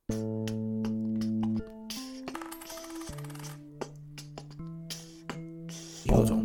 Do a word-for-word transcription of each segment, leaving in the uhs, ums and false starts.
有种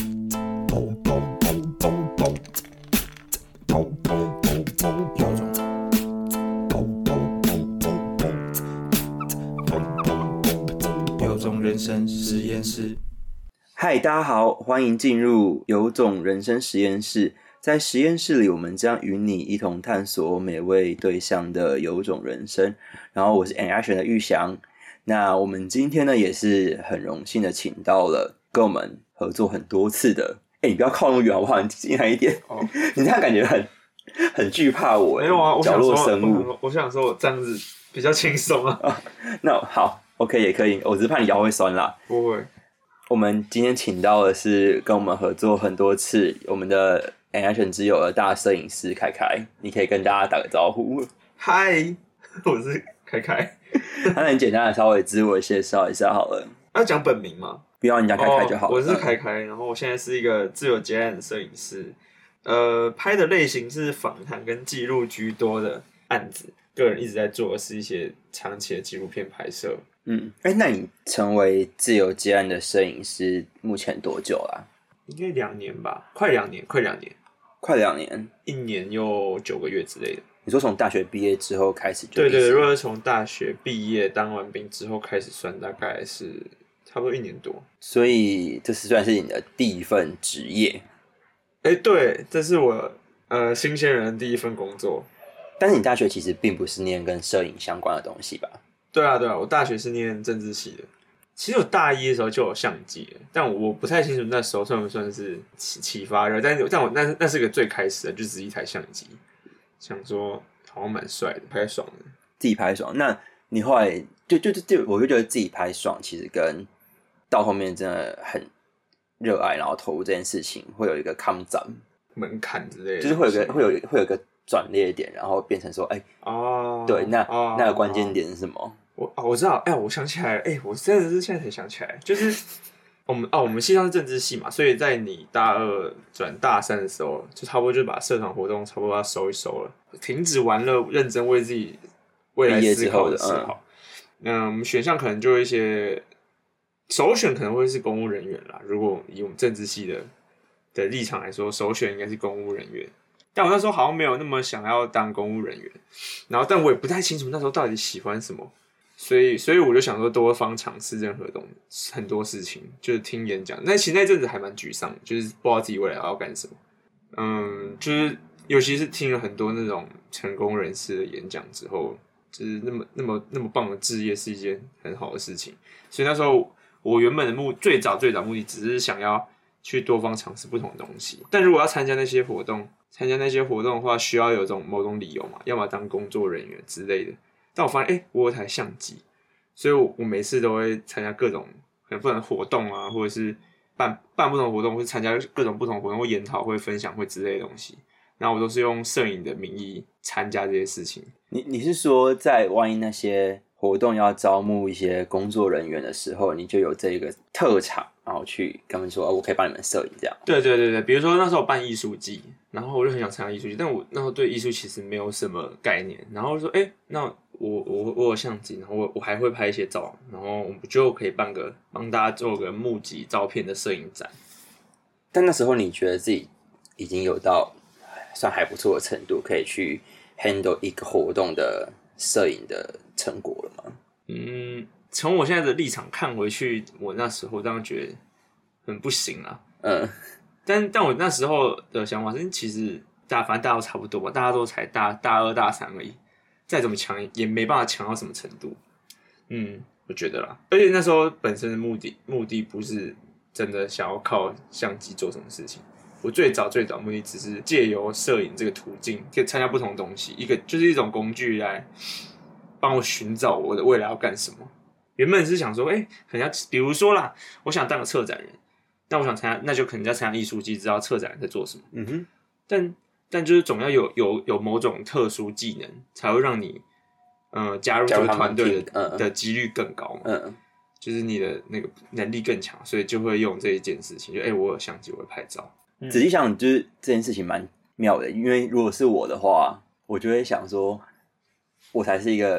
有种人生实验室。嗨，大家好，欢迎进入有种人生实验室。在实验室里，我们将与你一同探索每位对象的有种人生。然后我是 Action 的玉祥。那我们今天呢，也是很荣幸的请到了跟我们合作很多次的。哎，你不要靠那么远好不好？你进来一点。哦、你这样感觉很很惧怕我。 没有啊，我角落生物。 我, 我想说，我这样子比较轻松啊。 哦、那好 ，OK 也可以。我只是怕你腰会酸啦。 不会。 我们今天请到的是跟我们合作很多次我们的 Action 之友的大摄影师凯凯，你可以跟大家打个招呼。 嗨，我是凯凯。 那你简单的稍微自我介绍一下好了。 要讲本名吗？ 不要，你讲凯凯就好了。 哦、我是凯凯，然后我现在是一个自由接案的摄影师。呃，拍的类型是访谈跟记录居多的案子。个人一直在做的是一些长期的纪录片拍摄。 嗯，哎、欸，那你成为自由接案的摄影师目前多久啦、啊？ 应该两年吧，快两年，快两年， 快两年， 一年又九个月之类的。 你说从大学毕业之后开始就？ 对对，如果是从大学毕业当完兵之后开始算，大概是差不多一年多。 所以这是算是你的第一份职业。 哎、欸，对，这是我呃新鲜人的第一份工作。 但是你大学其实并不是念跟摄影相关的东西吧？ 对啊，对啊，我大学是念政治系的。其实我大一的时候就有相机了，但我不太清楚那时候算不算是启启发热。但但我那那是个最开始的，就只是一台相机，想说好像蛮帅的，拍爽的， 自己拍爽。那你后来就就就我就觉得自己拍爽，其实跟到后面真的很热爱，然后投入这件事情，会有一个抗战门槛之类的， 就是会有个会有会有一个转捩点，然后变成说，哎、欸，哦，对，那、哦、那个关键点是什么？ 我哦，我知道，哎、欸，我想起来了，哎、欸，我真的是现在才想起来，就是我们哦，我们系上是政治系嘛，所以在你大二转大三的时候，就差不多就把社团活动差不多要收一收了，停止玩乐，认真为自己未来思考的思考。嗯，我们选项可能就一些首选可能会是公务人员啦，如果以我们政治系的的立场来说，首选应该是公务人员。但我那时候好像没有那么想要当公务人员，然后但我也不太清楚那时候到底喜欢什么。所以，所以我就想说，多方尝试任何东西，很多事情，就是听演讲。那其实那阵子还蛮沮丧，就是不知道自己未来要干什么。嗯，就是尤其是听了很多那种成功人士的演讲之后，就是那么那么那么棒的志业是一件很好的事情。所以那时候我原本的目最早最早目的只是想要去多方尝试不同的东西。但如果要参加那些活动，参加那些活动的话，需要有种某种理由嘛，要么当工作人员之类的。但我发现，哎、欸，我有台相机，所以我我每次都会参加各种很不同的活动啊，或者是办办不同的活动，或是参加各种不同的活动，或研讨会、分享会之类的东西。然后我都是用摄影的名义参加这些事情。 你你是说，在万一那些活动要招募一些工作人员的时候，你就有这个特长，然后去跟他们说，哦、我可以帮你们摄影这样？ 对对对对，比如说那时候我办艺术季，然后我就很想参加艺术季，但我那时候对艺术其实没有什么概念，然后我就说，哎、欸，那我我我有相机，然后我我还会拍一些照，然后我们就可以办个帮大家做个募集照片的摄影展。 但那时候你觉得自己已经有到算还不错的程度，可以去 handle 一个活动的摄影的成果了吗？ 嗯，从我现在的立场看回去，我那时候这样觉得很不行啦。嗯，但但我那时候的想法是，其实大反正大家都差不多吧，大家都才大大二大三而已。再怎么强也没办法强到什么程度，嗯，我觉得啦。而且那时候本身的目的目的不是真的想要靠相机做什么事情，我最早最早目的只是借由摄影这个途径，可以参加不同的东西，一个就是一种工具来帮我寻找我的未来要干什么。原本是想说，哎、欸，可能要比如说啦，我想当个策展人，但我想参加，那就可能要参加艺术季，知道策展人在做什么。嗯哼，但。但就是总要有有有某种特殊技能，才会让你呃加入这个团队的、嗯、的几率更高嘛。嗯，就是你的那个能力更强，所以就会用这一件事情。就哎、欸，我有相机，我会拍照。 仔细想，就是这件事情蛮妙的，因为如果是我的话，我就会想说，我才是一个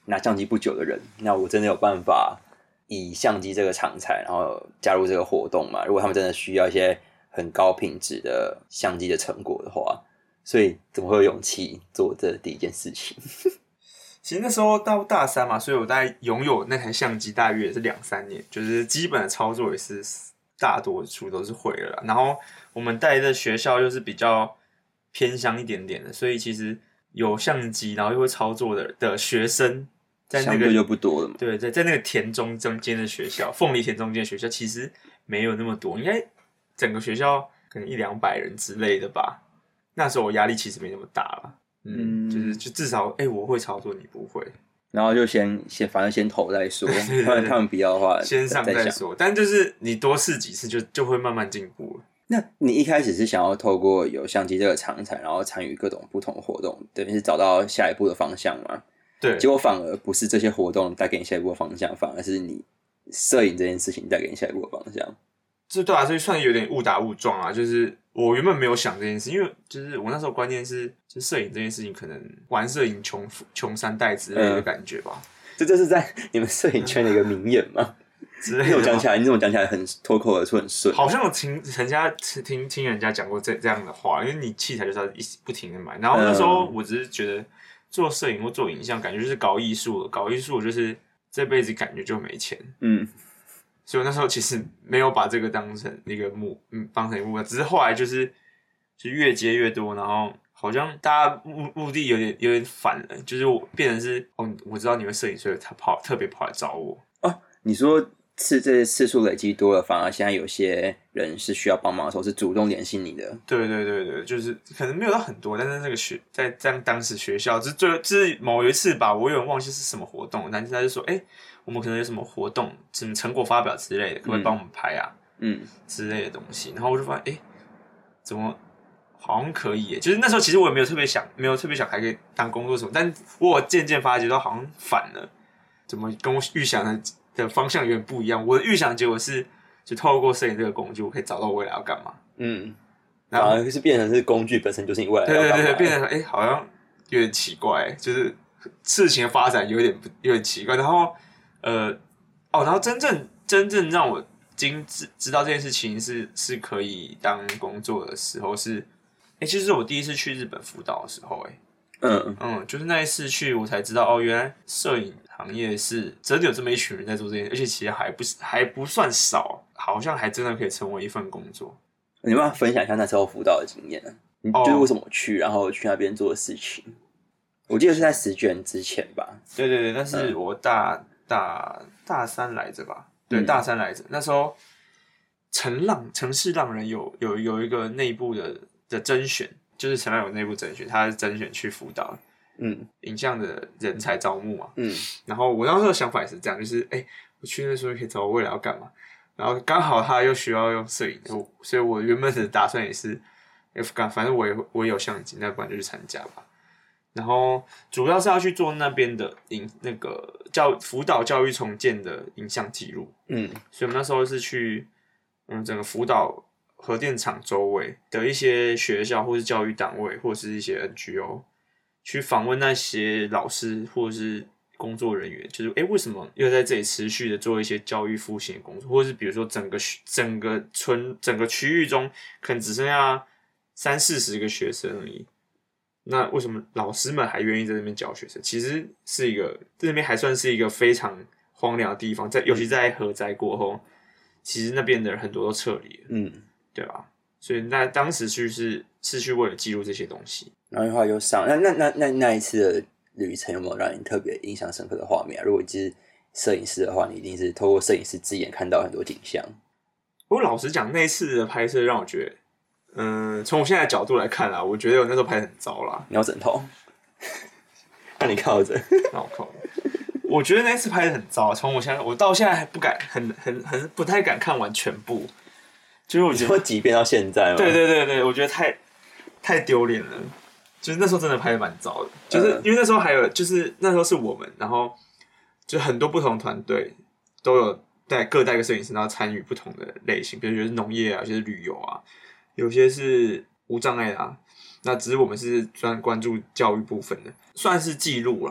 拿相机不久的人，那我真的有办法以相机这个常才，然后加入这个活动嘛？如果他们真的需要一些很高品质的相机的成果的话，所以怎么会有勇气做这第一件事情？ 其实那时候到大三嘛，所以我大概拥有那台相机大约也是两三年，就是基本的操作也是大多数都是会了啦。然后我们带的学校又是比较偏乡一点点的，所以其实有相机然后又会操作的的学生，在那个相对就不多了嘛。 对，在在那个田中中间的学校，凤梨田中间的学校其实没有那么多，应该整个学校可能一两百人之类的吧。那时候我压力其实没那么大了。嗯，就是就至少，哎、欸，我会操作，你不会， 然后就先先反正先投再说，不然他们不要的话， 先上再说。但就是你多试几次就，就就会慢慢进步了。 那你一开始是想要透过有相机这个常才，然后参与各种不同的活动，等于是找到下一步的方向吗？ 对， 结果反而不是这些活动带给你下一步的方向，反而是你摄影这件事情带给你下一步的方向。 这对啊，所以算有点误打误撞啊。就是我原本没有想这件事，因为就是我那时候观念是，就摄影这件事情可能玩摄影穷穷三代之类的感觉吧。嗯、 这就是在你们摄影圈的一个名言嘛。 之类的。 你怎么讲起来？你怎么讲起来很脱口而出，很顺？ 好像我听人家听听人家讲过这这样的话，因为你器材就是要一不停的买。然后那时候我只是觉得做摄影或做影像，感觉就是搞艺术，搞艺术就是这辈子感觉就没钱。嗯。所以我那时候其实没有把这个当成一个目，嗯，当成一个目标，只是后来就是就越接越多，然后好像大家目目的有点有点反了，就是我变成是哦，我知道你会摄影，所以他跑特别跑来找我。 哦，你说次这些次数累积多了，反而现在有些人是需要帮忙的时候是主动联系你的。 对对对对，就是可能没有到很多，但是那个学在在当时学校，就是最就是某一次吧，我有点忘记是什么活动，但是他就说，哎、欸。我们可能有什么活动，什么成果发表之类的，可不可以帮我们拍啊？嗯，之类的东西。然后我就发现，哎、欸，怎么好像可以耶？就是那时候其实我也没有特别想，没有特别想还可以当工作什么，但我渐渐发觉到好像反了，怎么跟我预想的的方向有点不一样？我的预想结果是，就透过摄影这个工具，我可以找到我未来要干嘛。嗯， 然后是变成是工具本身就是你未来要干嘛。 对对对，变成哎、欸，好像有点奇怪，就是事情的发展有点有点奇怪，然后。呃，哦，然后真正真正让我经知知道这件事情是是可以当工作的时候是，哎，其实是我第一次去日本辅导的时候，哎，嗯嗯，就是那一次去我才知道，哦，原来摄影行业是真的有这么一群人在做这件事，而且其实还不是还不算少，好像还真的可以成为一份工作。 你要不要分享一下那时候辅导的经验呢？你就是为什么去，然后去那边做的事情？我记得是在十卷之前吧？ 对对对，但是我大。嗯大大三来着吧，对，嗯、大三来着。那时候，城浪城市浪人有有有一个内部的的甄选，就是城浪有内部甄选，他是甄选去辅导，嗯，影像的人才招募嘛，嗯。然后我当时的想法也是这样，就是哎、欸，我去那时候可以找我未来要干嘛，然后刚好他又需要用摄影，所以我原本的打算也是，反正我也我也有相机，那不然就去参加吧。然后主要是要去做那边的影那个教辅导教育重建的影像记录，嗯，所以我们那时候是去嗯整个辅导核电厂周围的一些学校或是教育单位或是一些 N G O 去访问那些老师或是工作人员，就是哎为什么又在这里持续的做一些教育复兴的工作，或是比如说整个整个村整个区域中可能只剩下三四十个学生而已。那为什么老师们还愿意在那边教学生？其实是一个在那边还算是一个非常荒凉的地方，在尤其在核灾过后，其实那边的人很多都撤离了，嗯，对吧？所以那当时去是是去为了记录这些东西， 然后后来又上那那那那那一次的旅程有没有让你特别印象深刻的画面啊？如果你是摄影师的话，你一定是透过摄影师之眼看到很多景象。 不过老实讲，那一次的拍摄让我觉得。嗯，从我现在的角度来看啦，我觉得我那时候拍得很糟啦。 你要枕头？那你靠着。 那我靠。我觉得那次拍得很糟，从我现在，我到现在还不敢，很很很不太敢看完全部。就是我觉得， 你说即便到现在吗？ 对对对对，我觉得太太丢脸了。就是那时候真的拍得蛮糟的，就是因为那时候还有，就是那时候是我们，然后就很多不同团队都有带各带个摄影师，然后参与不同的类型，比如说农业啊，有些是旅游啊。有些是无障碍的啊，那只是我们是专关注教育部分的，算是记录啦。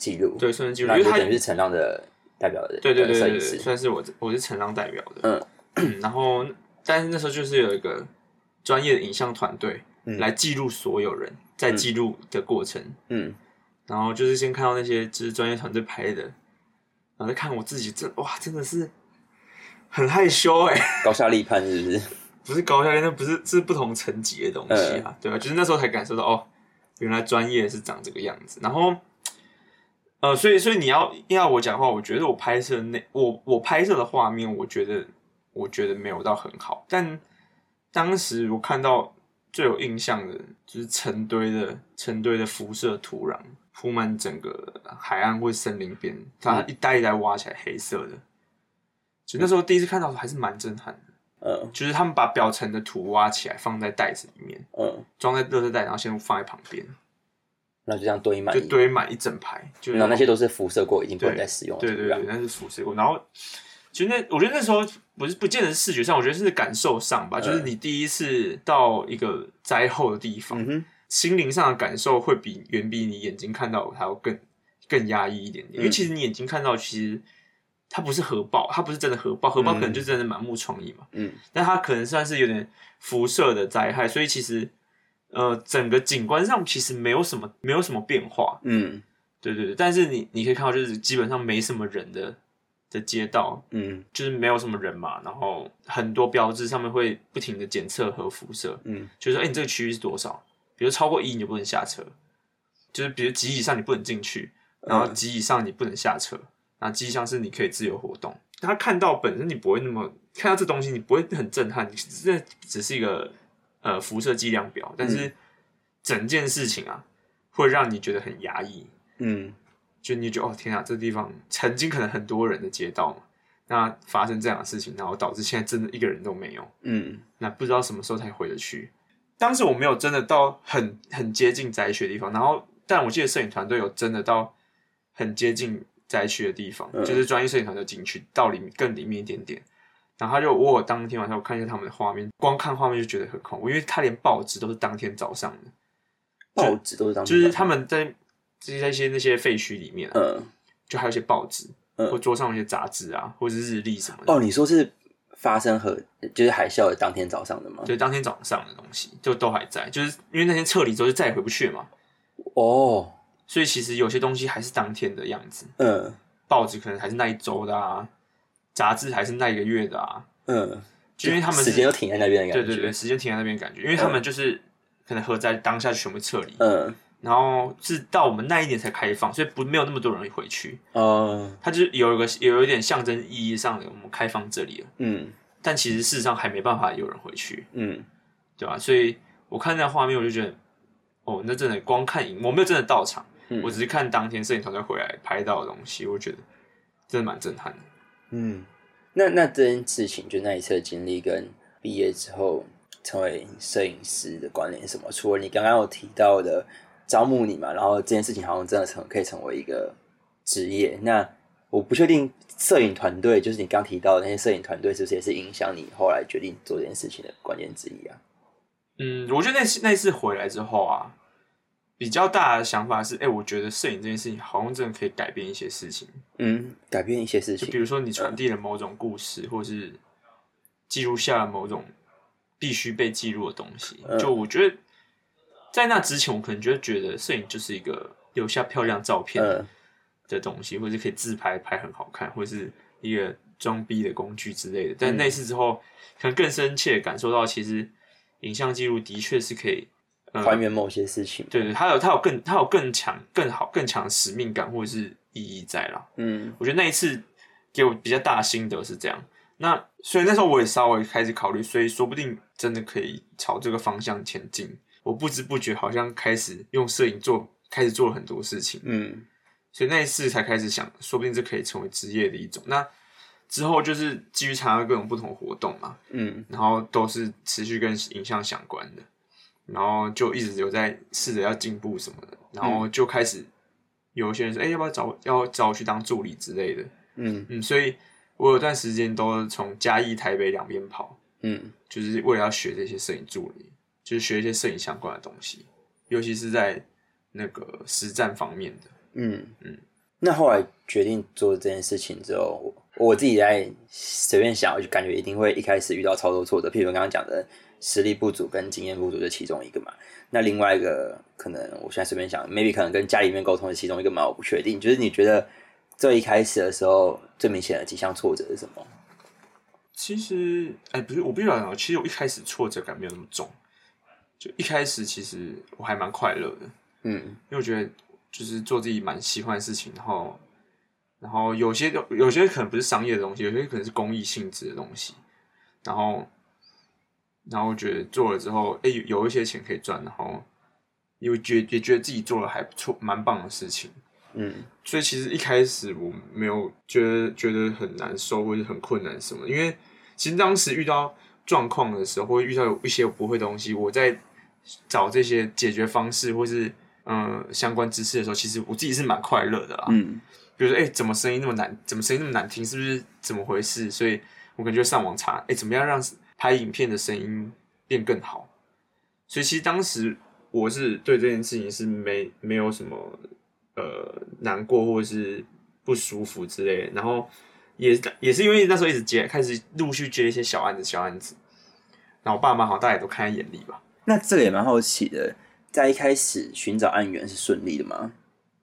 记录， 对，顺着记录， 那因为他就等于是陈浪的代表的对对对对对， 摄影师， 算是我我是陈浪代表的， 嗯， 然后但是那时候就是有一个专业的影像团队来记录所有人在记录的过程，嗯，然后就是先看到那些就是专业团队拍的，然后再看我自己，这哇真的是很害羞哎、欸， 高下立判是不是？ 不是高下立判，那不是是不同层级的东西啊，嗯、对吧？就是那时候才感受到哦，原来专业是长这个样子，然后。呃，所以，所以你要要我讲话，我觉得我拍摄那我我拍摄的画面，我觉得我觉得没有到很好。但当时我看到最有印象的，就是成堆的成堆的辐射土壤铺满整个海岸或森林边，它一袋一袋挖起来黑色的，就那时候第一次看到还是蛮震撼的。嗯，就是他们把表层的土挖起来放在袋子里面，嗯，装在垃圾袋，然后先放在旁边。 那就这样堆满， 就堆满一整排，就那那些都是辐射过，已经不能再使用了。 对对对，那是辐射过。然后，其实那我觉得那时候不是不见得是视觉上，我觉得是感受上吧。嗯、就是你第一次到一个灾后的地方，嗯、心灵上的感受会比远比你眼睛看到还要更更压抑一点点。嗯、因为其实你眼睛看到，其实它不是核爆，它不是真的核爆，核爆可能就真的满目疮痍嘛。嗯，但它可能算是有点辐射的灾害，所以其实。呃，整个景观上其实没有什么没有什么变化，嗯，对对对，但是你你可以看到，就是基本上没什么人的的街道，嗯，就是没有什么人嘛，然后很多标志上面会不停的检测核辐射，嗯，就是说，哎、欸，你这个区域是多少？比如超过一你就不能下车，就是比如几以上你不能进去，然后几以上你不能下车，然后几以上是你可以自由活动。他看到本身你不会那么看到这东西，你不会很震撼，这只是一个。呃，辐射剂量表，但是整件事情啊，会让你觉得很压抑。嗯，就你觉得哦，天啊，这地方曾经可能很多人的街道嘛，那发生这样的事情，然后导致现在真的一个人都没有。嗯，那不知道什么时候才回得去。当时我没有真的到很很接近灾区的地方，然后，但我记得摄影团队有真的到很接近灾区的地方，嗯、就是专业摄影团队进去到里面更里面一点点。然后他就我当天晚上我看一下他们的画面，光看画面就觉得很恐怖，因为他连报纸都是当天早上的， 报纸都是当天早上的， 就是他们在在一些那些废墟里面、啊，嗯，就还有一些报纸，嗯，或桌上有一些杂志啊，或者是日历什么的。 哦，你说是发生和就是海啸的当天早上的吗？ 对，当天早上的东西就都还在，就是因为那天撤离之后就再也回不去了嘛。 哦， 所以其实有些东西还是当天的样子，嗯，报纸可能还是那一周的啊。杂志还是那一个月的啊，嗯，就因为他们时间都停在那边的感觉， 对对对，时间停在那边的感觉，因为他们就是可能核灾当下就全部撤离，嗯，然后是到我们那一年才开放，所以不没有那么多人回去，哦，它就有一个有一点象征意义上的，我们开放这里了，嗯，但其实事实上还没办法有人回去，嗯，对吧？所以我看那画面，我就觉得，哦，那真的光看影，我没有真的到场，嗯、我只是看当天摄影团队回来拍到的东西，我觉得真的蛮震撼的。 嗯，那那这件事情，就那一次的经历跟毕业之后成为摄影师的关联是什么？除了你刚刚有提到的招募你嘛，然后这件事情好像真的成可以成为一个职业。那我不确定摄影团队，就是你刚提到的那些摄影团队，是不是也是影响你后来决定做这件事情的关键之一啊？ 嗯，我觉得那次那次回来之后啊。比较大的想法是，哎、欸，我觉得摄影这件事情好像真的可以改变一些事情。 嗯，改变一些事情， 就比如说你传递了某种故事，嗯、或是记录下了某种必须被记录的东西。嗯、就我觉得，在那之前，我可能就觉得摄影就是一个留下漂亮照片的东西，嗯、或者可以自拍拍很好看，或是一个装逼的工具之类的。但那次之后，可能更深切的感受到，其实影像记录的确是可以。 还原某些事情， 对对，它有它有更它有更强、更好、更强的使命感或者是意义在啦。嗯，我觉得那一次给我比较大的心得是这样。那所以那时候我也稍微开始考虑，所以说不定真的可以朝这个方向前进。我不知不觉好像开始用摄影做，开始做了很多事情。嗯，所以那一次才开始想，说不定这可以成为职业的一种。那之后就是继续参加各种不同活动嘛。嗯，然后都是持续跟影像相关的。然后就一直有在试着要进步什么的，然后就开始有一些人说：“哎、欸，要不要找要找我去当助理之类的？”嗯嗯，所以我有段时间都从嘉义、台北两边跑，嗯，就是为了要学这些摄影助理，就是学一些摄影相关的东西，尤其是在那个实战方面的，嗯嗯。 那后来决定做这件事情之后，我我自己在随便想，我就感觉一定会一开始遇到超多挫折，譬如刚刚讲的实力不足跟经验不足，就其中一个嘛。那另外一个可能，我现在随便想 ，maybe 可能跟家里面沟通的其中一个嘛，我不确定。就是你觉得最一开始的时候，最明显的几项挫折是什么？ 其实，哎、欸，不是，我必须讲，其实我一开始挫折感没有那么重，就一开始其实我还蛮快乐的，嗯，因为我觉得就是做自己蛮喜欢的事情，然后，然后有些有些可能不是商业的东西，有些可能是公益性质的东西，然后，然后我觉得做了之后，哎、欸，有一些钱可以赚，然后也觉也觉得自己做了还不错，蛮棒的事情。嗯，所以其实一开始我没有觉得觉得很难受或者很困难什么，因为其实当时遇到状况的时候，或者遇到有一些我不会的东西，我在找这些解决方式或是嗯、呃、相关知识的时候，其实我自己是蛮快乐的啦。嗯，比如说哎、欸，怎么声音那么难，怎么声音那么难听，是不是怎么回事？所以我可能就上网查，哎、欸，怎么样让拍影片的声音变更好？所以其实当时我是对这件事情是没没有什么。呃，难过或者是不舒服之类的，然后也也是因为那时候一直接，开始陆续接一些小案子、小案子，然后我爸妈好像大家也都看在眼里吧。 那这个也蛮好奇的，在一开始寻找案源是顺利的吗？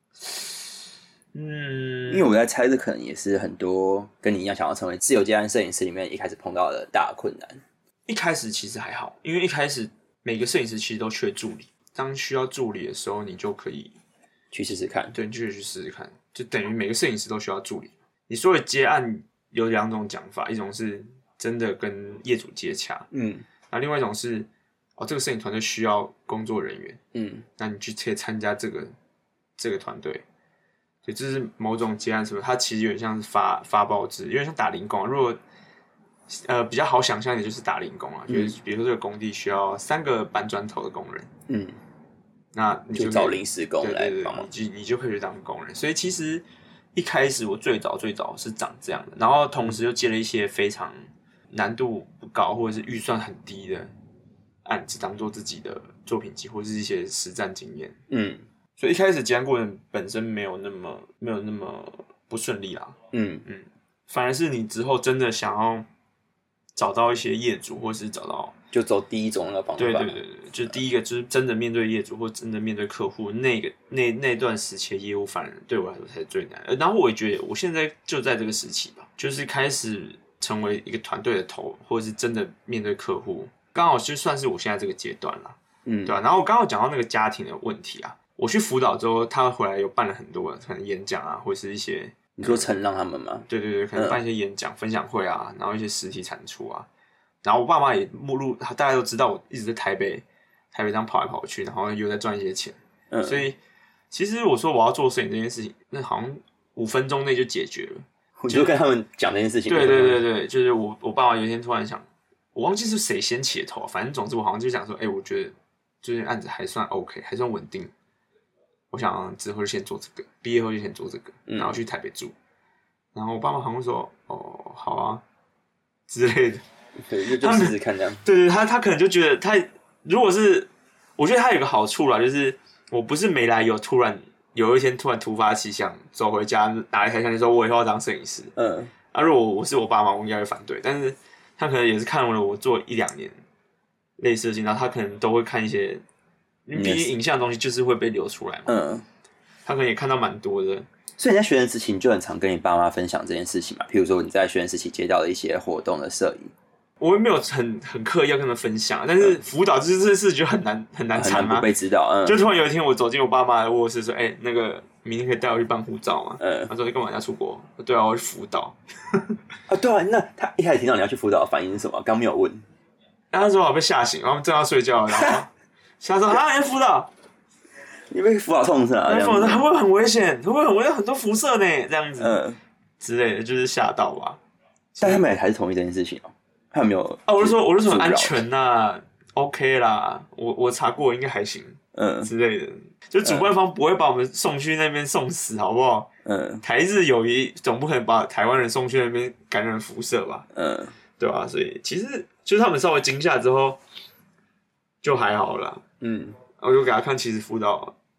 嗯，因为我在猜，这可能也是很多跟你一样想要成为自由接案摄影师里面一开始碰到的大困难。 一开始其实还好，因为一开始每个摄影师其实都缺助理，当需要助理的时候，你就可以。 去试试看， 对，你就去试试看，就等于每个摄影师都需要助理。你所谓接案有两种讲法，一种是真的跟业主接洽，嗯，那另外一种是哦，这个摄影团队需要工作人员，嗯，那你去可以参加这个这个团队，所以这是某种接案，是不是？它其实有点像是发发报纸，有点像打零工。如果呃比较好想象的，就是打零工啊，嗯、就是比如说这个工地需要三个搬砖头的工人，嗯。那你就, 就找临时工来帮忙， 你你就可以去当工人。所以其实一开始我最早最早是长这样的，然后同时又接了一些非常难度不高或者是预算很低的案子，当做自己的作品集或是一些实战经验。嗯，所以一开始接案过程本身没有那么没有那么不顺利啦。嗯嗯，反而是你之后真的想要找到一些业主，或是找到。 就走第一种那个方法， 对对对对，就是第一个就是真的面对业主或真的面对客户，那个那那段时期的业务反而对我来说才是最难的。然后我也觉得我现在就在这个时期吧，就是开始成为一个团队的头，或者是真的面对客户，刚好就算是我现在这个阶段啦，嗯，对吧、啊？然后我刚好讲到那个家庭的问题啊，我去辅导之后，他回来有办了很多可能演讲啊，或者是一些你说承让他们吗？ 对对对，可能办一些演讲、嗯、分享会啊，然后一些实体产出啊。然后我爸妈也目录，大家都知道我一直在台北，台北这样跑来跑去，然后又在赚一些钱，嗯、所以其实我说我要做摄影这件事情，那好像五分钟内就解决了。 我就跟他们讲这件事情。 对对对对，就是我我爸妈有一天突然想，我忘记是谁先起的头，反正总之我好像就想说，哎、欸，我觉得最近案子还算 OK， 还算稳定，我想之后就先做这个，毕业后就先做这个，然后去台北住。嗯、然后我爸妈好像说，哦，好啊之类的。 对，就试试看这样。 对对，他他可能就觉得他如果是，我觉得他有个好处啦，就是我不是没来由，突然有一天突然突发奇想，走回家拿一台相机说，我以后要当摄影师。嗯，啊，如果我是我爸妈，我应该会反对，但是他可能也是看了我做一两年类似的事情，然后他可能都会看一些，因为毕竟影像的东西就是会被流出来嘛。嗯，他可能也看到蛮多的。 所以你在学生时期你就很常跟你爸妈分享这件事情嘛？譬如说你在学生时期接到的一些活动的摄影。 我也没有很很刻意要跟他们分享，但是辅导这件事就很难很难缠嘛， 不被知道。嗯， 就突然有一天我走进我爸妈的卧室说：“哎、欸，那个明天可以带我去办护照吗？”嗯，他说：“你干嘛要出国？”对啊，我去辅导。 啊，对啊，那他一开始听到你要去辅导的反应是什么？刚没有问。 然后他说我被吓醒，然后正要睡觉，然后他说：“啊，你辅导， 你被辅导痛是啊？ 辅导会不会很危险？会不会很危险？很多辐射呢？这样子，嗯，之类的，就是吓到吧。” 但他们还是同意这件事情哦。他没有啊，我就说，我就说很安全呐、啊、，OK 啦，我我查过，应该还行，嗯之类的。就主办方不会把我们送去那边送死，好不好？嗯，台日友谊总不可能把台湾人送去那边感染辐射吧？嗯，对吧、啊？所以其实就是他们稍微惊吓之后就还好啦。嗯，我就给他看，其实辅导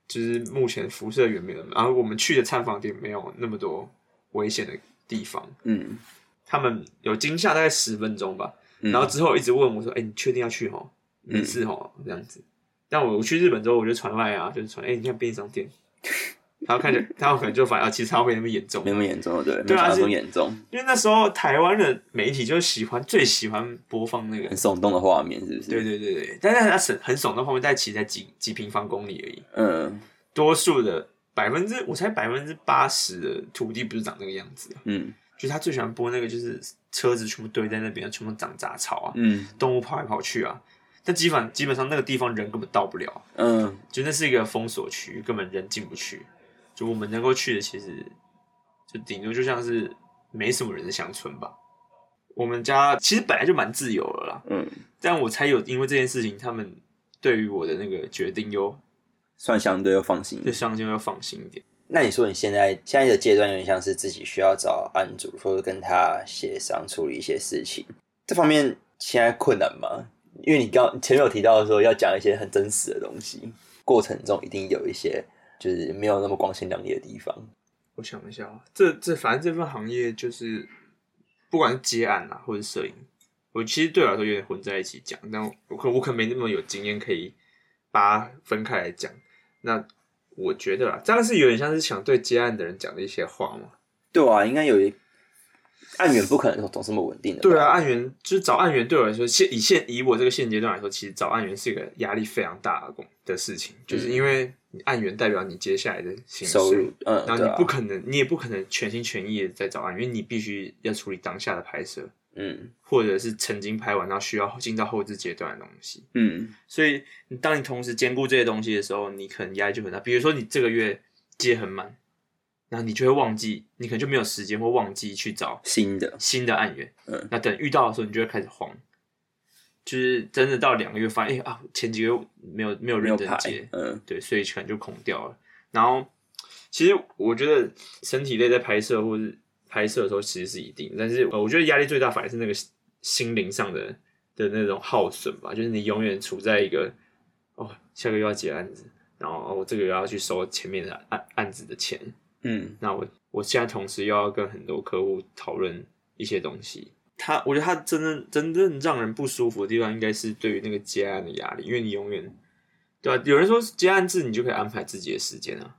就是目前辐射源没有，然后我们去的参访点没有那么多危险的地方。嗯，他们有惊吓大概十分钟吧，嗯、然后之后一直问我说：“哎、欸，你确定要去吼？没事吼？”这样子。但我去日本之后，我就传来啊，就是传，哎、欸，你看便利商店。然后看着，他可能就反而其实他没那么严重， 没那么严重，对， 对啊， 没那么严重。 因为那时候台湾的媒体就喜欢最喜欢播放那个很耸动的画面，是不是？ 对对对对，但是它很很耸动，画面但其实才几几平方公里而已。嗯，多数的百分之，我猜百分之八十的土地不是长那个样子。嗯，就是他最喜欢播那个，就是车子全部堆在那边，全部长杂草啊，嗯，动物跑来跑去啊。但基本基本上那个地方人根本到不了。嗯，就那是一个封锁区，根本人进不去。就我们能够去的，其实就顶多就像是没什么人的乡村吧。我们家其实本来就蛮自由的啦，嗯，但我才有因为这件事情，他们对于我的那个决定又算相对又放心一点， 对，相对又放心一点。 那你说你现在现在的阶段有点像是自己需要找案主，或者跟他协商处理一些事情，这方面现在困难吗？因为你刚前面有提到说要讲一些很真实的东西，过程中一定有一些就是没有那么光鲜亮丽的地方。 我想一下，这这反正这份行业就是不管是接案啊，或者摄影，我其实对我来说有点混在一起讲，但我可我可能没那么有经验可以把它分开来讲。那我觉得啦，这样是有点像是想对接案的人讲的一些话嘛。 对啊，应该有一案源不可能总这么稳定的。 对啊，案源就是找案源对我来说，现以现以我这个现阶段来说，其实找案源是一个压力非常大的的事情，嗯、就是因为你案源代表你接下来的薪水收入，嗯， 然后你不可能，啊、你也不可能全心全意的在找案源，因为你必须要处理当下的拍摄，嗯，或者是曾经拍完然后需要进到后置阶段的东西，嗯，所以你当你同时兼顾这些东西的时候，你可能压力就很大。比如说你这个月接很满。然后你就会忘记，你可能就没有时间，或忘记去找新的新的案源。嗯，那等遇到的时候，你就会开始慌，就是真的到两个月发现，哎、欸、啊，前几个月没有没有认真接，嗯，对，所以可能就空掉了。然后，其实我觉得身体累在拍摄或是拍摄的时候其实是一定，但是我觉得压力最大反而是那个心灵上的的那种耗损吧，就是你永远处在一个哦，下个月要接案子，然后我、哦、这个月要去收前面的案案子的钱。嗯，那我我现在同时又要跟很多客户讨论一些东西，他我觉得他真正真正让人不舒服的地方，应该是对于那个接案的压力，因为你永远对吧、啊？有人说接案制你就可以安排自己的时间啊，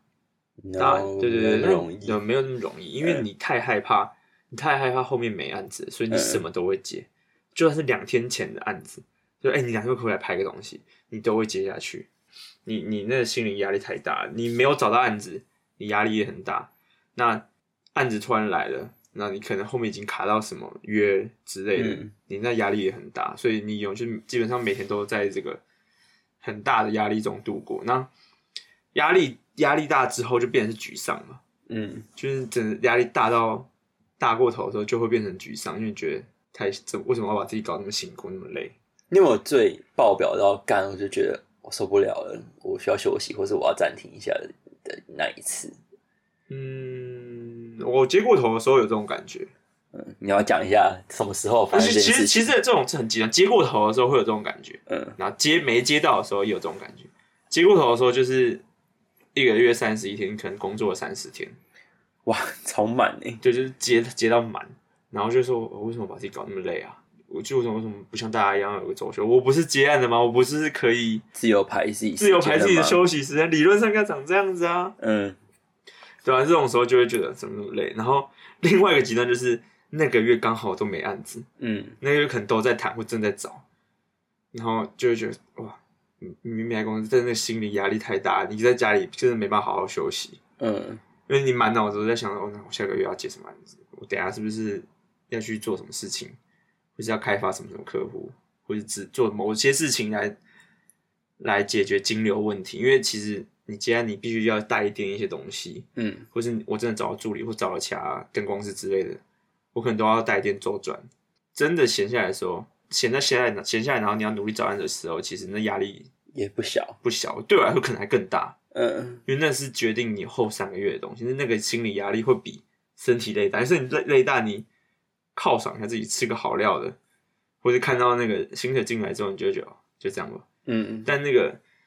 no, 对对对， 没有那么容易， 没有那么容易，因为你太害怕，嗯、你太害怕后面没案子，所以你什么都会接，嗯、就算是两天前的案子，就哎、欸、你两天可不可以来拍个东西，你都会接下去，你你那个心理压力太大了，你没有找到案子。你压力也很大，那案子突然来了，那你可能后面已经卡到什么约之类的，嗯、你那压力也很大，所以你有就基本上每天都在这个很大的压力中度过。那压力压力大之后就变成是沮丧了，嗯，就是整个压力大到大过头的时候就会变成沮丧，因为你觉得太这为什么要把自己搞那么辛苦那么累？ 因为我最爆表到干，我就觉得我受不了了，我需要休息，或是我要暂停一下的。的那一次， 嗯，我接过头的时候有这种感觉。 嗯，你要讲一下什么时候发生这件事情？ 其实其实这种是很极端，接过头的时候会有这种感觉，嗯，然后接没接到的时候也有这种感觉。接过头的时候就是一个月三十一天，你可能工作了三十天， 哇，超满哎， 对，就是接接到满，然后就说我为什么把自己搞那么累啊？我就为什么为什么不像大家一样有个周休？我不是接案的吗？我不是可以自由排自己自由排自己的休息时间？理论上应该长这样子啊。嗯，对吧、啊？这种时候就会觉得怎么那么累。然后另外一个极端就是那个月刚好都没案子，嗯，那个月可能都在谈或正在找，然后就会觉得哇，你明明来公司，但是那个心理压力太大，你在家里真的没办法好好休息。嗯，因为你满脑子都在想哦，那我下个月要接什么案子？我等一下是不是要去做什么事情？或是要开发什么什么客户，或是只做某些事情来来解决金流问题。因为其实你既然你必须要带电一些东西，嗯，或是我真的找到助理，或找了其他灯光师之类的，我可能都要带电周转。真的闲下来的时候，闲在闲下来闲下来，然后你要努力找案的时候，其实那压力也不小， 不小。对我来说可能还更大，嗯，因为那是决定你后三个月的东西，那个心理压力会比身体累大，但是你累累大你。犒赏一下自己，吃个好料的，或者看到那个薪水进来之后，你就会觉得就这样吧。嗯嗯。但那个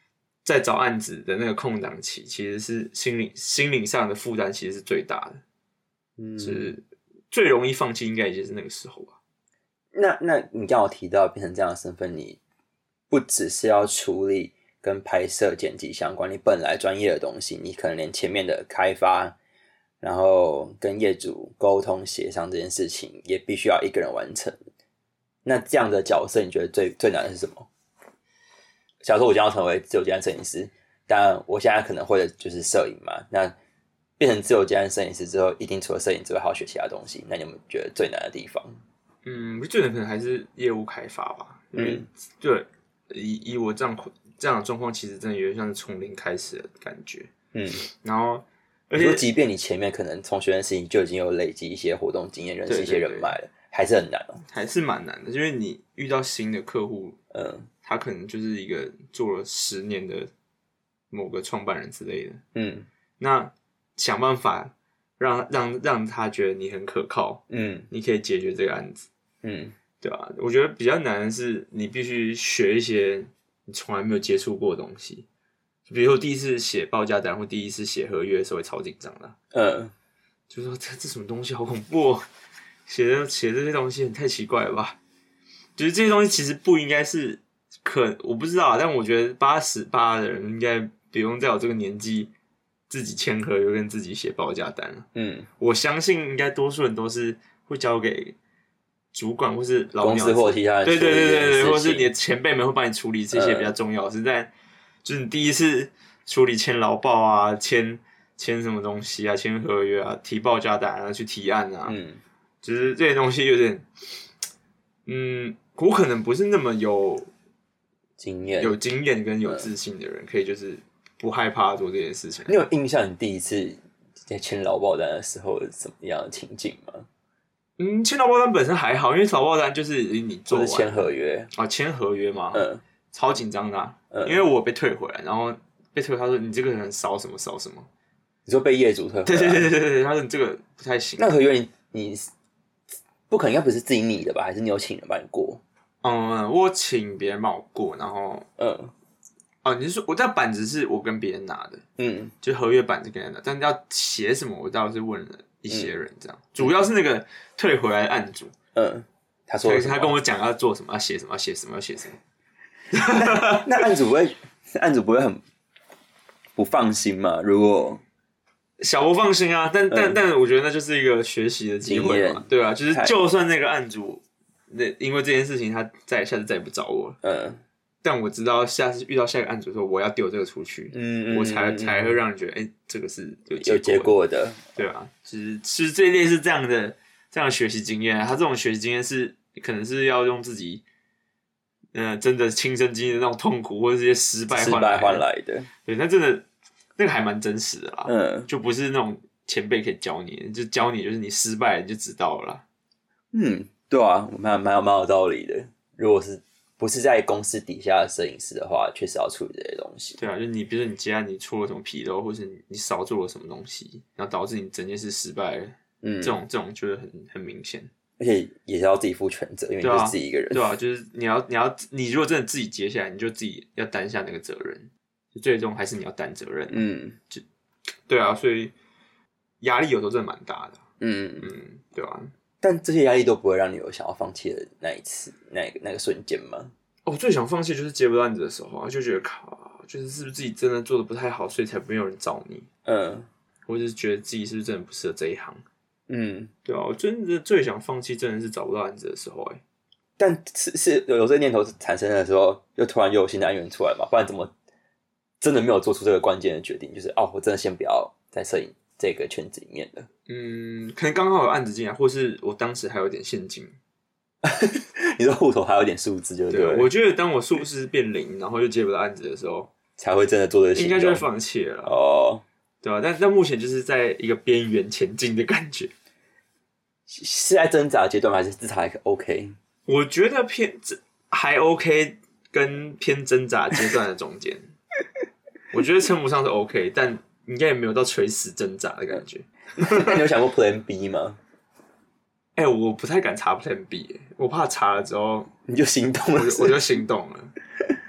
在找案子的那个空档期，其实是心理心灵上的负担其实是最大的，嗯，是最容易放弃，应该也就是那个时候吧。 那那你刚好提到变成这样的身份，你不只是要处理跟拍摄、剪辑相关，你本来专业的东西，你可能连前面的开发，然后跟业主沟通协商这件事情，也必须要一个人完成。那这样的角色，你觉得最最难的是什么？假如说我将要成为自由接案摄影师，但我现在可能会的就是摄影嘛。那变成自由接案摄影师之后，一定除了摄影之外，还要学其他东西。那你有没有觉得最难的地方？ 嗯，最难可能还是业务开发吧。因为、嗯、对，以以我这样这样的状况，其实真的有点像是从零开始的感觉。嗯，然后而且， 即便你前面可能从学生时期就已经有累积一些活动经验，认识一些人脉了，对对对，还是很难哦。 还是蛮难的，因为你遇到新的客户，嗯，他可能就是一个做了十年的某个创办人之类的，嗯，那想办法让让让他觉得你很可靠，嗯，你可以解决这个案子，嗯，对吧？我觉得比较难的是你必须学一些你从来没有接触过的东西。比如说第一次写报价单或第一次写合约的时候会超紧张的，嗯，就说这这什么东西好恐怖哦，写的写这些东西太奇怪了吧？就是这些东西其实不应该是可我不知道，但我觉得八十八的人应该不用在我这个年纪自己签合约跟自己写报价单了。嗯，我相信应该多数人都是会交给主管或是老鸟公司或其他人， 对对对对对，或是你的前辈们会帮你处理这些比较重要的事，嗯，但就是你第一次处理签劳报啊，签签什么东西啊，签合约啊，提报价单啊，去提案啊，嗯，就是这些东西有点，嗯，我可能不是那么有经验、 有经验跟有自信的人，嗯，可以就是不害怕做这件事情。 你有印象你第一次在签劳报单的时候是什么样的情境吗？ 嗯，签劳报单本身还好，因为劳报单就是你做完， 就是签合约啊，签合约嘛，嗯，超紧张的，啊嗯，因为我被退回来，然后被退回来，他说你这个人少什么少什么。 你说被业主退回来？ 对对对对对，他说你这个不太行。 那合约你你不可能应该不是自己拟的吧？还是你有请人帮你过？ 嗯，我请别人帮我过，然后嗯，哦，你是说我这板子是我跟别人拿的，嗯，就合约板子跟人拿，但要写什么，我倒是问了一些人，这样，嗯，主要是那个退回来的案主，嗯， 他说他跟我讲要做什么，要写什么，要写什么，要写什么。 那, 那案主不会，案主不会很不放心吗？如果小不放心啊，但、嗯、但但我觉得那就是一个学习的机会嘛，对啊，就是就算那个案主，那因为这件事情他再下次再也不找我了，嗯，但我知道下次遇到下一个案主的时候，我要丢这个出去，嗯，我才、嗯、才会让人觉得，哎、欸，这个是有结果的， 有结果的， 对啊，其实其实这一类是这样的这样的学习经验，他这种学习经验是可能是要用自己。嗯，真的亲身经历的那种痛苦，或者这些失败换来的， 换来的， 对，那真的那个还蛮真实的啦。嗯，就不是那种前辈可以教你，就教你就是你失败了你就知道了啦。 嗯，对啊，蛮蛮有蛮有道理的。如果是不是在公司底下的摄影师的话，确实要处理这些东西。 对啊，就你比如说你接案你出了什么纰漏，或者你你少做了什么东西，然后导致你整件事失败了，嗯，这种这种就会很很明显。 而且也是要自己负全责，因为你就是自己一个人。 对啊，就是你要你要你如果真的自己接下来，你就自己要担下那个责任，最终还是你要担责任。嗯，就对啊，所以压力有时候真的蛮大的。嗯嗯，对啊。 但这些压力都不会让你有想要放弃的那一次、那个那个瞬间吗？ 哦，我最想放弃就是接不到案子的时候啊，就觉得靠，就是是不是自己真的做的不太好，所以才没有人找你。嗯，或者是觉得自己是不是真的不适合这一行。嗯，对啊，我真的最想放弃，真的是找不到案子的时候哎、欸。 但是是有这个念头产生的时候，又突然又有新的案源出来嘛，不然怎么真的没有做出这个关键的决定？就是哦，我真的先不要在摄影这个圈子里面了。 嗯，可能刚好有案子进来，或是我当时还有点现金。 你说户头还有点数字，就对了。 对，我觉得当我数字变零，然后又接不到案子的时候， 才会真的做这个行动， 应该就会放弃了哦。对吧、啊？但但目前就是在一个边缘前进的感觉， 是在挣扎阶段，还是至少还 OK？ 我觉得偏还 OK， 跟偏挣扎阶段的中间，我觉得称不上是 OK， 但应该也没有到垂死挣扎的感觉。 那你有想过 Plan B 吗？ 哎、欸，我不太敢查 Plan B， 欸，我怕查了之后你就心动了是不是， 我就，我就心动了。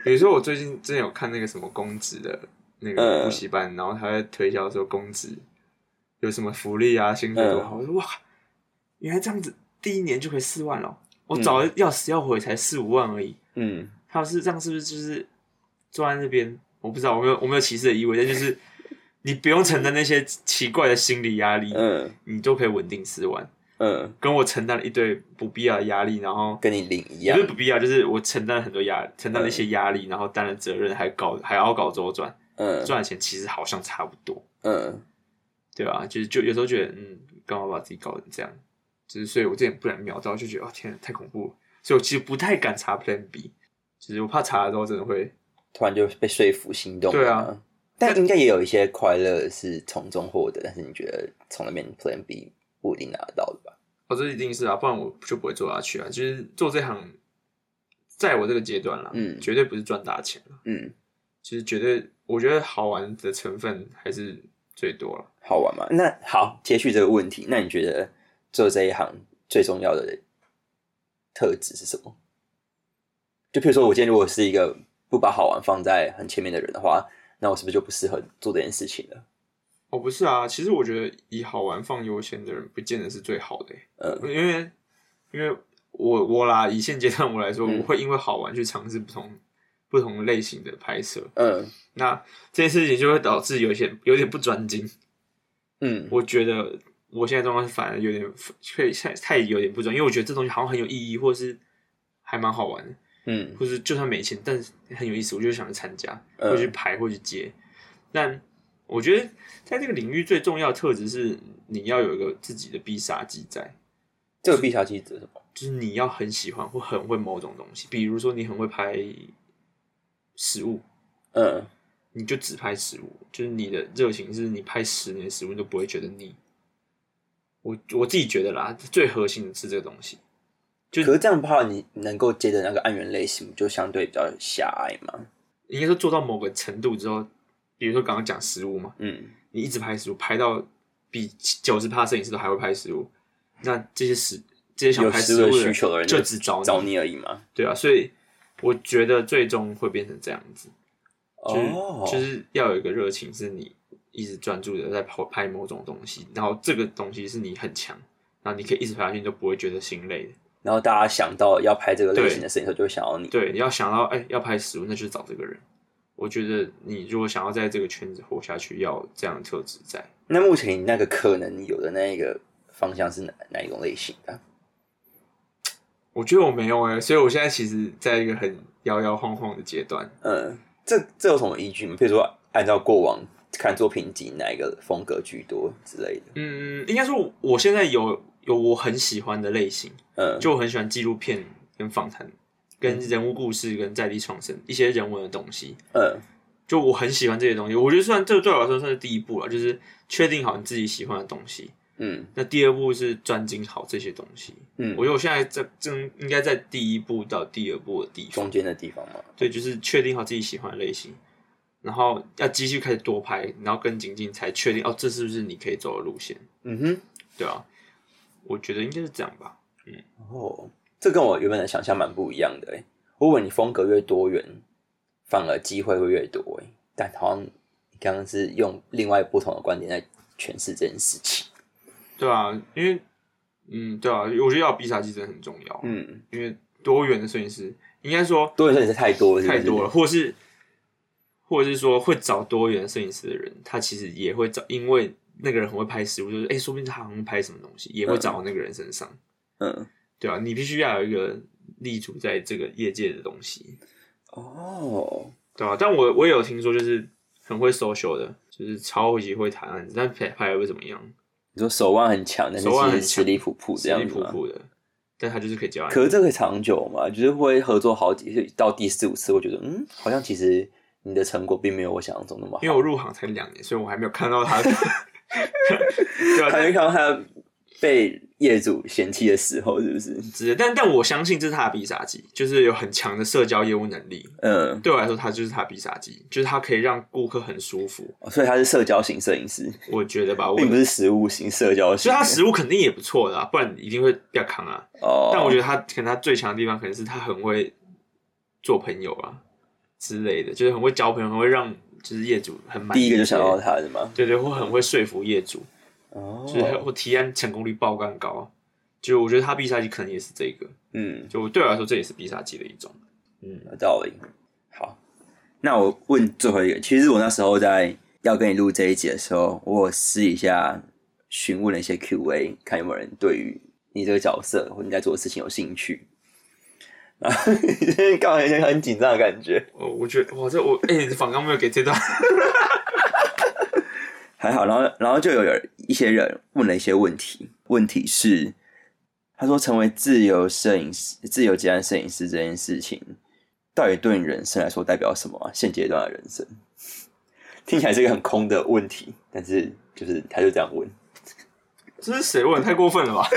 比如说我最近真的有看那个什么公职的那个补习班，嗯、然后他在推销说公职有什么福利啊，薪水多好，嗯、我说哇，原来这样子第一年就可以四万了，我早要死要活才四五万而已。嗯，他是这样是不是就是坐在那边？我不知道，我没有我没有歧视的意味，但就是你不用承担那些奇怪的心理压力，嗯，你都可以稳定四万。嗯，跟我承担了一堆不必要的压力，然后跟你领一样， 不是不必要，就是我承担了很多压，承担了一些压力，嗯、然后担了责任，还搞还要搞周转，嗯，赚的钱其实好像差不多，嗯，对吧？就是就有时候觉得，嗯，干嘛把自己搞成这样？就是所以我之前不然秒到就觉得，哦天，太恐怖了，所以我其实不太敢查 Plan B， 就是我怕查了之后真的会突然就被说服心动， 对啊， 但应该也有一些快乐是从中获得，但是你觉得从那边 Plan B。不一定拿得到的吧？ 哦，这一定是啊，不然我就不会做下去啊。就是做这行，在我这个阶段啦，嗯，绝对不是赚大钱了，嗯，其实绝对，我觉得好玩的成分还是最多了。 好玩吗？那好，接续这个问题，那你觉得做这一行最重要的特质是什么？就譬如说，我今天如果是一个不把好玩放在很前面的人的话，那我是不是就不适合做这件事情了？ 哦，不是啊，其实我觉得以好玩放优先的人，不见得是最好的、欸。嗯，因为因为我我啦，以现阶段我来说，嗯、我会因为好玩去尝试不同不同类型的拍摄。嗯，那这件事情就会导致有些有点不专精。嗯，我觉得我现在状况反而有点会太有点不专，因为我觉得这东西好像很有意义，或是还蛮好玩的。嗯，或是就算没钱，但是很有意思，我就想去参加，嗯、或去排，或去接。但我觉得在这个领域最重要的特质是你要有一个自己的必杀技在。 这个必杀技是什么？ 就是你要很喜欢或很会某种东西，比如说你很会拍食物，嗯，你就只拍食物，就是你的热情是你拍十年食物你都不会觉得腻。我我自己觉得啦，最核心的是这个东西。 就可是这样的话，你能够接的那个案源类型就相对比较狭隘嘛？ 应该说做到某个程度之后。比如说刚刚讲食物嘛，嗯，你一直拍食物，拍到比九十趴摄影师都还会拍食物，那这些食这些想拍食物的需求的人就只找你找你而已嘛， 对啊，所以我觉得最终会变成这样子，就是、哦、就是要有一个热情，是你一直专注的在拍某种东西，然后这个东西是你很强，然后你可以一直拍下去，你都不会觉得心累的。 然后大家想到要拍这个类型的摄影师，就会想到你。 对，你要想到哎、欸、要拍食物，那就是找这个人。我觉得你如果想要在这个圈子活下去，要有这样的特质在。 那目前你那个可能有的那一个方向是哪哪一种类型的？ 我觉得我没有哎、欸，所以我现在其实在一个很摇摇晃晃的阶段。 嗯，这这有什么依据吗？比如说按照过往看作品集哪一个风格居多之类的？ 嗯，应该说我现在有有我很喜欢的类型，嗯，就我很喜欢纪录片跟访谈。跟人物故事、跟在地创生一些人文的东西，嗯，就我很喜欢这些东西。我觉得算这个对我来说算是第一步了，就是确定好你自己喜欢的东西。嗯，那第二步是专精好这些东西。嗯，我觉得我现在在正应该在第一步到第二步的地方， 中间的地方嘛。 对，就是确定好自己喜欢的类型，然后要继续开始多拍，然后更精进，才确定哦，这是不是你可以走的路线？嗯哼，对啊，我觉得应该是这样吧。嗯， 哦。这跟我原本的想象蛮不一样的欸。我以为你风格越多元，反而机会会越多欸。但好像你刚刚是用另外不同的观点在诠释这件事情。 对啊，因为嗯，对啊，我觉得要有必杀技真的很重要。嗯，因为多元的摄影师，应该说多元摄影师太多了是不是， 太多了，或是或者是说会找多元摄影师的人，他其实也会找，因为那个人很会拍食物，就是哎、欸，说不定他好像拍什么东西，也会找到那个人身上。嗯。嗯，对啊，你必须要有一个立足在这个业界的东西哦，对啊，但我我也有听说，就是很会 social 的，就是超级会谈案子，但拍拍会怎么样？ 你说手腕很强，但是其实实力普普这样子吗？ 实力普普的，但他就是可以交案子。 可是这个长久嘛，就是会合作好几次，到第四五次，我觉得嗯，好像其实你的成果并没有我想象中那么好。 因为我入行才两年，所以我还没有看到他， 对啊，还没看到他被业主嫌弃的时候，是不是？ 是，但但我相信这是他的必杀技，就是有很强的社交业务能力。嗯，对我来说，他就是他的必杀技，就是他可以让顾客很舒服。 哦、所以他是社交型摄影师， 我觉得吧， 并不是实物型社交型。 所以他实物肯定也不错的、啊，不然一定会比较扛啊。哦，但我觉得他可能他最强的地方，可能是他很会做朋友啊。 之类的，就是很会交朋友，很会让就是业主很满意。 第一个就想到他的嘛， 对对，或很会说服业主，哦，就是或提案成功率爆干高。就我觉得他必杀技可能也是这个，嗯，就对我来说这也是必杀技的一种， 嗯，有道理。好，那我问最后一个，其实我那时候在要跟你录这一集的时候，我有私底下询问了一些 Q A， 看有没有人对于你这个角色或你在做的事情有兴趣。啊，你刚好有点很紧张的感觉。 哦，我觉得哇，这我哎，欸、访刚没有给这段， 还好。然后，然后就有人一些人问了一些问题，问题是，他说成为自由摄影师、自由接案摄影师这件事情，到底对你人生来说代表什么啊？现阶段的人生，听起来是一个很空的问题，但是就是他就这样问。 这是谁问？太过分了吧？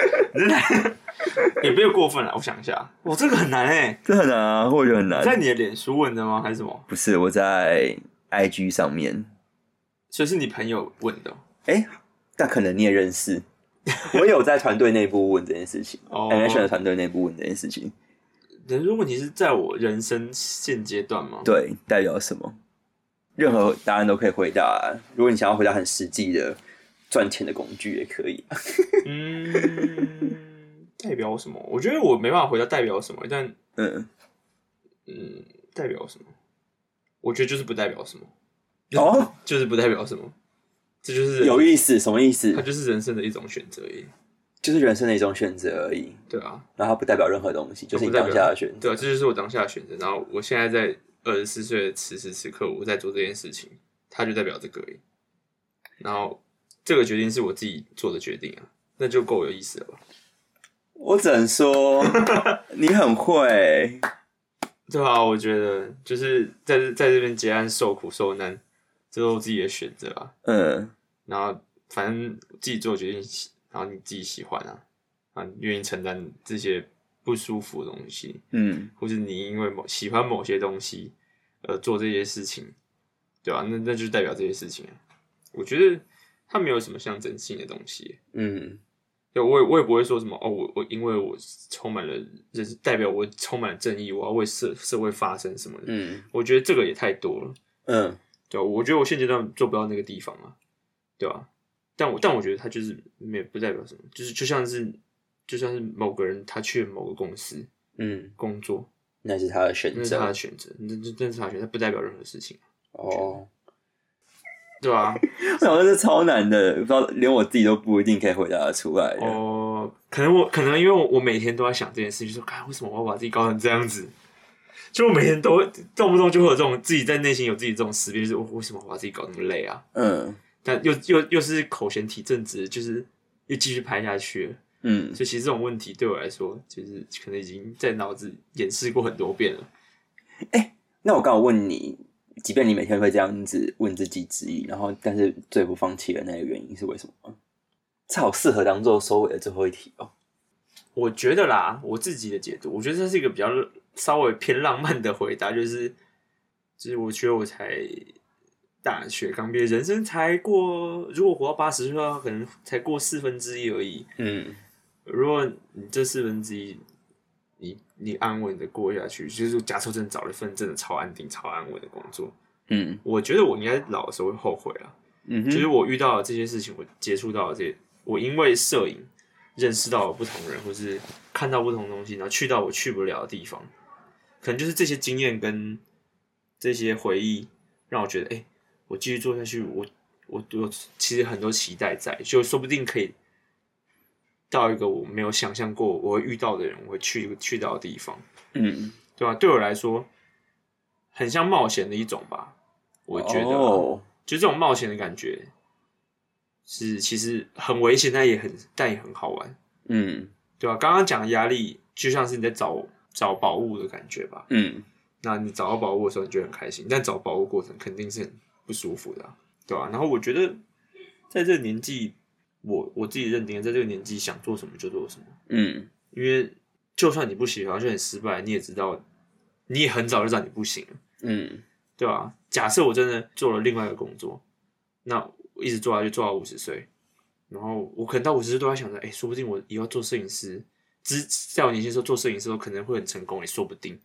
也没有过分了，我想一下，哇，这个很难哎、欸， 这很难啊，我觉得很难。 在你的脸书问的吗？还是什么？ 不是，我在 I G 上面， 所以是你朋友问的。 哎、欸，但可能你也认识。我有在团队内部问这件事情 ，Animation 的团队内部问这件事情。 人说问题是在我人生现阶段吗？ 对，代表什么？任何答案都可以回答、啊。如果你想要回答很实际的赚钱的工具，也可以、啊。 嗯。代表什么？我觉得我没办法回答代表什么，但嗯嗯，代表什么？我觉得就是不代表什么。哦，就是不代表什么，这就是有意思。什么意思？ 它就是人生的一种选择而已， 就是人生的一种选择而已。 对啊， 然后它不代表任何东西，就是你当下的选择。 对啊，这就是我当下的选择。然后我现在在二十四岁的此时此刻，我在做这件事情，它就代表这个而已。然后这个决定是我自己做的决定啊，那就够有意思了吧？ 我只能说你很会， 对啊，我觉得就是在在这边结案受苦受难，这都是我自己的选择啊。嗯，然后反正自己做决定，然后你自己喜欢啊，啊，你愿意承担这些不舒服的东西，嗯，或是你因为某喜欢某些东西而做这些事情，对吧、啊？那那就代表这些事情啊。我觉得它没有什么象征性的东西，嗯。对，我也我也不会说什么哦，我我因为我充满了，就是代表我充满了正义，我要为社社会发声什么的。嗯，我觉得这个也太多了。嗯，对，我觉得我现阶段做不到那个地方啊，对吧、啊？但我但我觉得他就是没有不代表什么，就是就像是就像是某个人他去了某个公司，嗯，工作， 那是他的选择， 那是他的选择，那那那是他的选择，不代表任何事情。哦。对啊， 我想说这超难的，不知道连我自己都不一定可以回答得出来。 哦，可能我可能因为我我每天都在想这件事，就说，看为什么我要把自己搞成这样子？就我每天都动不动就会有这种自己在内心有自己这种思辨，就是我为什么我把自己搞那么累啊？嗯，但又又又是口嫌体正直，就是又继续拍下去了。嗯，所以其实这种问题对我来说，就是可能已经在脑子演示过很多遍了。 哎、欸，那我刚好问你。即便你每天会这样子问自己质疑，然后但是最不放弃的那个原因是为什么？这好适合当做收尾的最后一题哦。 我觉得啦，我自己的解读，我觉得这是一个比较稍微偏浪漫的回答，就是就是我觉得我才大学刚毕业，人生才过，如果活到八十岁的话，可能才过四分之一而已。嗯，如果你这四分之一。你你安稳的过下去，就是假设真的找了一份真的超安定、超安稳的工作，嗯，我觉得我应该老的时候会后悔啊，嗯，就是我遇到了这些事情，我接触到了这些，我因为摄影认识到了不同人，或是看到不同的东西，然后去到我去不了的地方，可能就是这些经验跟这些回忆，让我觉得，哎、欸，我继续做下去，我我我其实很多期待在，就说不定可以。到一个我没有想象过我会遇到的人，我会去去到的地方，嗯，对吧？对我来说，很像冒险的一种吧。我觉得、啊，哦、就这种冒险的感觉，是其实很危险，但也很但也很好玩，嗯，对吧？刚刚讲的压力，就像是你在找找宝物的感觉吧，嗯，那你找到宝物的时候，你就很开心，但找宝物过程肯定是很不舒服的、啊，对吧？然后我觉得，在这个年纪。我我自己认定，在这个年纪想做什么就做什么。嗯，因为就算你不喜欢，就很失败，你也知道，你也很早就知道你不行了。嗯，对吧？假设我真的做了另外一个工作，那我一直做下去，做到五十岁，然后我可能到五十岁都在想着，哎、欸，说不定我以后做摄影师，只在我年轻的时候做摄影师的时候可能会很成功，也说不定。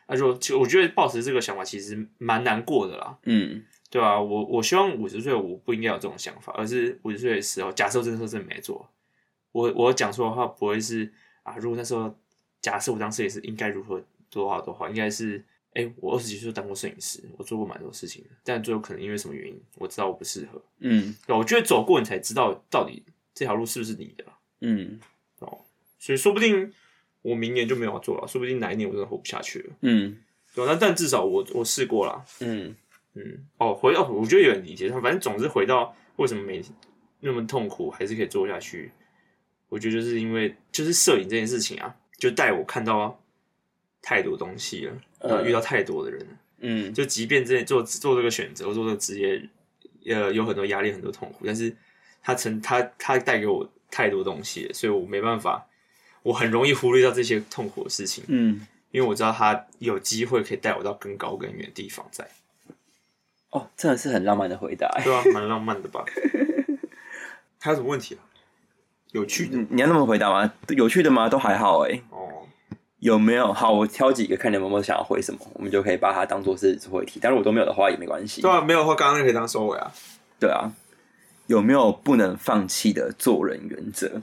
那就我觉得抱持这个想法其实蛮难过的啦。 嗯， 对啊，我我希望五十岁我不应该有这种想法，而是五十岁的时候，假设我这时真的没做，我我讲出的话不会是啊，如果那时候假设我当设计师应该如何多好多好，应该是哎、欸，我二十几岁当过摄影师，我做过蛮多事情的，但最后可能因为什么原因，我知道我不适合。 嗯， 对，我觉得走过你才知道到底这条路是不是你的啦。 嗯， 哦，所以说不定我明年就没有要做了，说不定哪一年我真的活不下去了。 嗯， 对，但但至少我我试过了。 嗯嗯，哦，回到我觉得有人理解，反正总之回到为什么每那么痛苦还是可以做下去，我觉得就是因为就是摄影这件事情啊，就带我看到太多东西了，然后遇到太多的人了。 嗯， 就即便这做做这个选择，做这个职业，呃，有很多压力，很多痛苦，但是他曾他他带给我太多东西了，所以我没办法，我很容易忽略掉这些痛苦的事情。 嗯， 因为我知道他有机会可以带我到更高更远的地方在。 哦，真的是很浪漫的回答。 对啊，蛮浪漫的吧？还有什么问题啊？有趣的？ 你要那么回答吗？有趣的吗？都还好哎。 哦， 有没有？好，我挑几个看你有没有想要回什么，我们就可以把它当做是回题。但如果都没有的话也没关系。 对啊，没有的话，刚刚那可以当收尾啊。 对啊，有没有不能放弃的做人原则？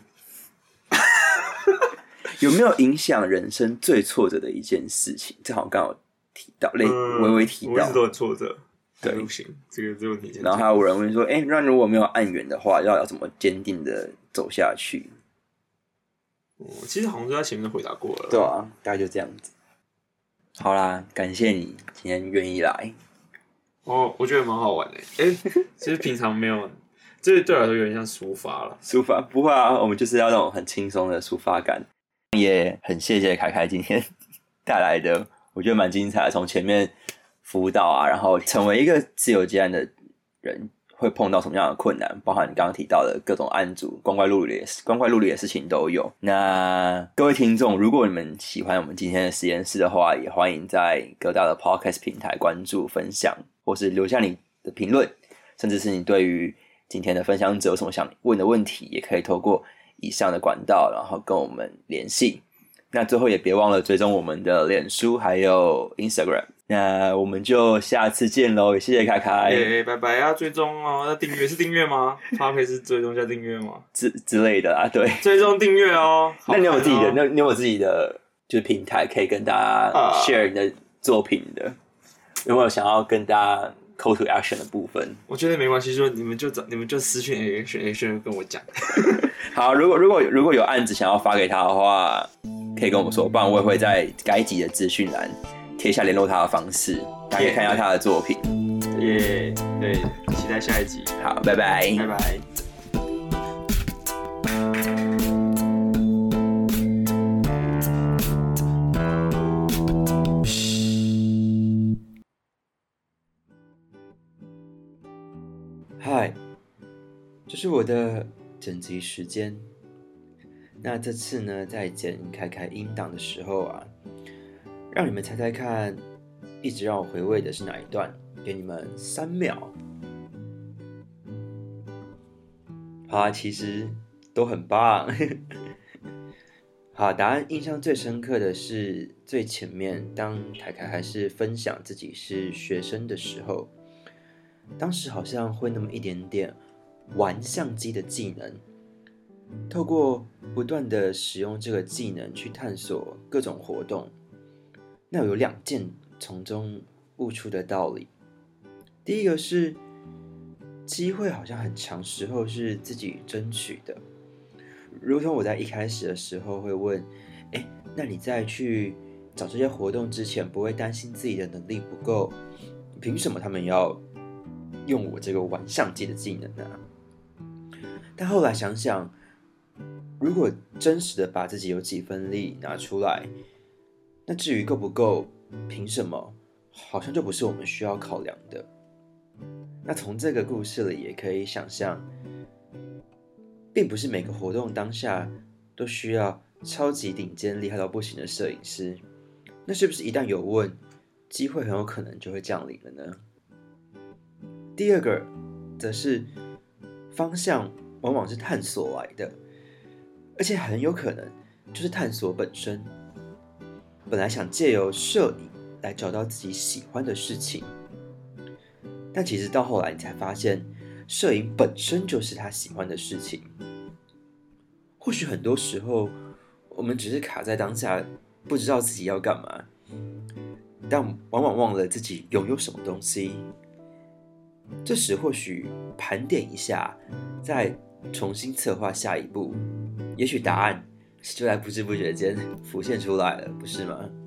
有没有影响人生最挫折的一件事情？这好像刚好提到，类微微提到， 我一直都很挫折。 对， 不行，这个这个问题。 然后还有人问说：“哎、欸，那如果没有案源的话，要要怎么坚定的走下去？” 哦，其实好像都在前面都回答过了。 对啊，大概就这样子。好啦，感谢你今天愿意来。 哦，我觉得蛮好玩的。哎、欸，其实平常没有，这对我来说有点像抒发了。 抒发不会啊，我们就是要那种很轻松的抒发感。也很谢谢凯凯今天带来的，我觉得蛮精彩的。从前面辅导啊，然后成为一个自由接案的人会碰到什么样的困难，包含你刚刚提到的各种案组、光怪陆离的光怪陆离的事情都有。那各位听众，如果你们喜欢我们今天的实验室的话，也欢迎在各大的 podcast 平台关注、分享，或是留下你的评论，甚至是你对于今天的分享者有什么想问的问题，也可以透过以上的管道，然后跟我们联系。那最后也别忘了追踪我们的脸书还有 Instagram。那我们就下次见喽，也谢谢凯凯。 欸、拜拜啊！追踪哦，要订阅是订阅吗？他可以是追踪加订阅吗？ 之之类的啊，对， 追踪订阅哦。 那你有自己的，那你有自己的就是平台可以跟大家 share 你的作品的？有没有想要跟大家 call to action 的部分？ 我觉得没关系，说你们就找你们就私讯 action action 跟我讲。 好，如果如果如果有案子想要发给他的话，可以跟我们说，不然我也会在该集的资讯栏贴下联络他的方式，大家可以看一下他的作品。 耶、yeah, 对，期待下一集。 好，拜拜， 拜拜。 嗨，这是我的整集时间。那这次呢，在剪凯凯音档的时候啊，让你们猜猜看，一直让我回味的是哪一段？给你们三秒。好啊，其实都很棒。好，答案印象最深刻的是最前面，当凯凯还是分享自己是学生的时候，当时好像会那么一点点玩相机的技能。透过不断的使用这个技能去探索各种活动，那有两件从中悟出的道理。第一个是，机会好像很长时候是自己争取的，如同我在一开始的时候会问，哎，那你在去找这些活动之前，不会担心自己的能力不够？凭什么他们要用我这个玩相机的技能呢？但后来想想，如果真实的把自己有几分力拿出来，那至于够不够，凭什么，好像就不是我们需要考量的。那从这个故事里也可以想象，并不是每个活动当下都需要超级顶尖厉害到不行的摄影师，那是不是一旦有问，机会很有可能就会降临了呢？第二个则是方向往往是探索来的，而且很有可能就是探索本身。本来想借由摄影来找到自己喜欢的事情。但其实到后来你才发现，摄影本身就是他喜欢的事情。或许很多时候我们只是卡在当下，不知道自己要干嘛，但往往忘了自己拥有什么东西。这时或许盘点一下，再重新策划下一步，也许答案就在不知不觉间浮现出来了，不是吗？